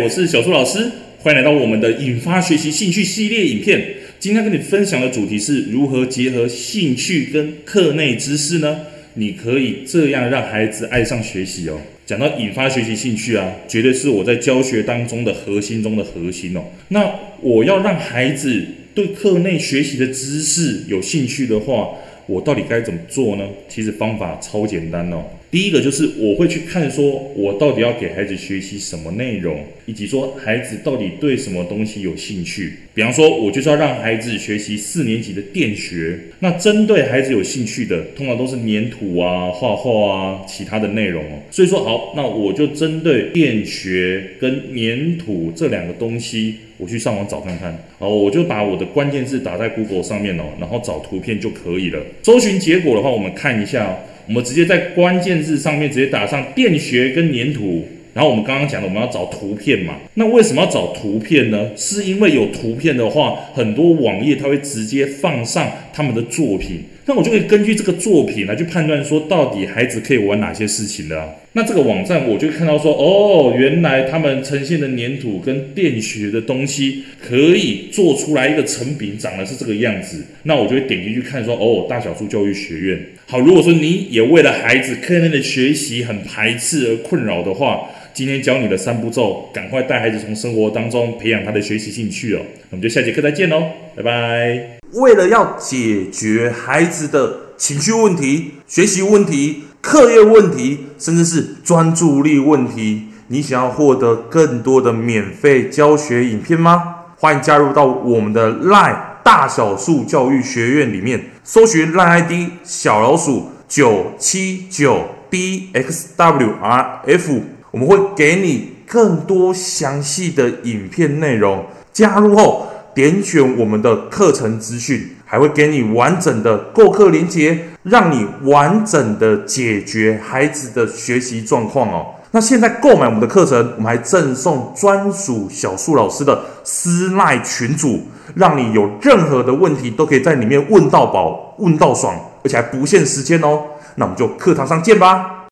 我是小苏老师，欢迎来到我们的引发学习兴趣系列影片。今天跟你分享的主题是如何结合兴趣跟课内知识呢？你可以这样让孩子爱上学习哦。讲到引发学习兴趣啊，绝对是我在教学当中的核心中的核心哦。那我要让孩子对课内学习的知识有兴趣的话，我到底该怎么做呢？其实方法超简单哦。第一个就是我会去看说，我到底要给孩子学习什么内容，以及说孩子到底对什么东西有兴趣。比方说，我就是要让孩子学习4年级的电学，那针对孩子有兴趣的，通常都是黏土啊、画画啊、其他的内容哦。所以说好，那我就针对电学跟黏土这2个东西，我去上网找看看。好，我就把我的关键字打在 Google 上面哦，然后找图片就可以了。搜寻结果的话，我们看一下哦。我们直接在关键字上面直接打上电学跟黏土，然后我们刚刚讲的我们要找图片嘛，那为什么要找图片呢？是因为有图片的话，很多网页它会直接放上他们的作品，那我就可以根据这个作品来去判断说到底孩子可以玩哪些事情的啊。那这个网站我就看到说，哦，原来他们呈现的黏土跟电学的东西可以做出来一个成品，长得是这个样子。那我就会点进去看说，哦，大小树教育学院。好，如果说你也为了孩子课内的学习很排斥而困扰的话，今天教你的3步骤，赶快带孩子从生活当中培养他的学习兴趣哦。那我们就下节课再见喽，拜拜。为了要解决孩子的情绪问题、学习问题、课业问题，甚至是专注力问题，你想要获得更多的免费教学影片吗？欢迎加入到我们的 LINE 大小树教育学院里面，搜寻 LINE ID 小老鼠979DXWRF， 我们会给你更多详细的影片内容。加入后点选我们的课程资讯，还会给你完整的购课连结，让你完整的解决孩子的学习状况哦。那现在购买我们的课程，我们还赠送专属小树老师的私赖群组，让你有任何的问题都可以在里面问到饱、问到爽，而且还不限时间哦。那我们就课堂上见吧。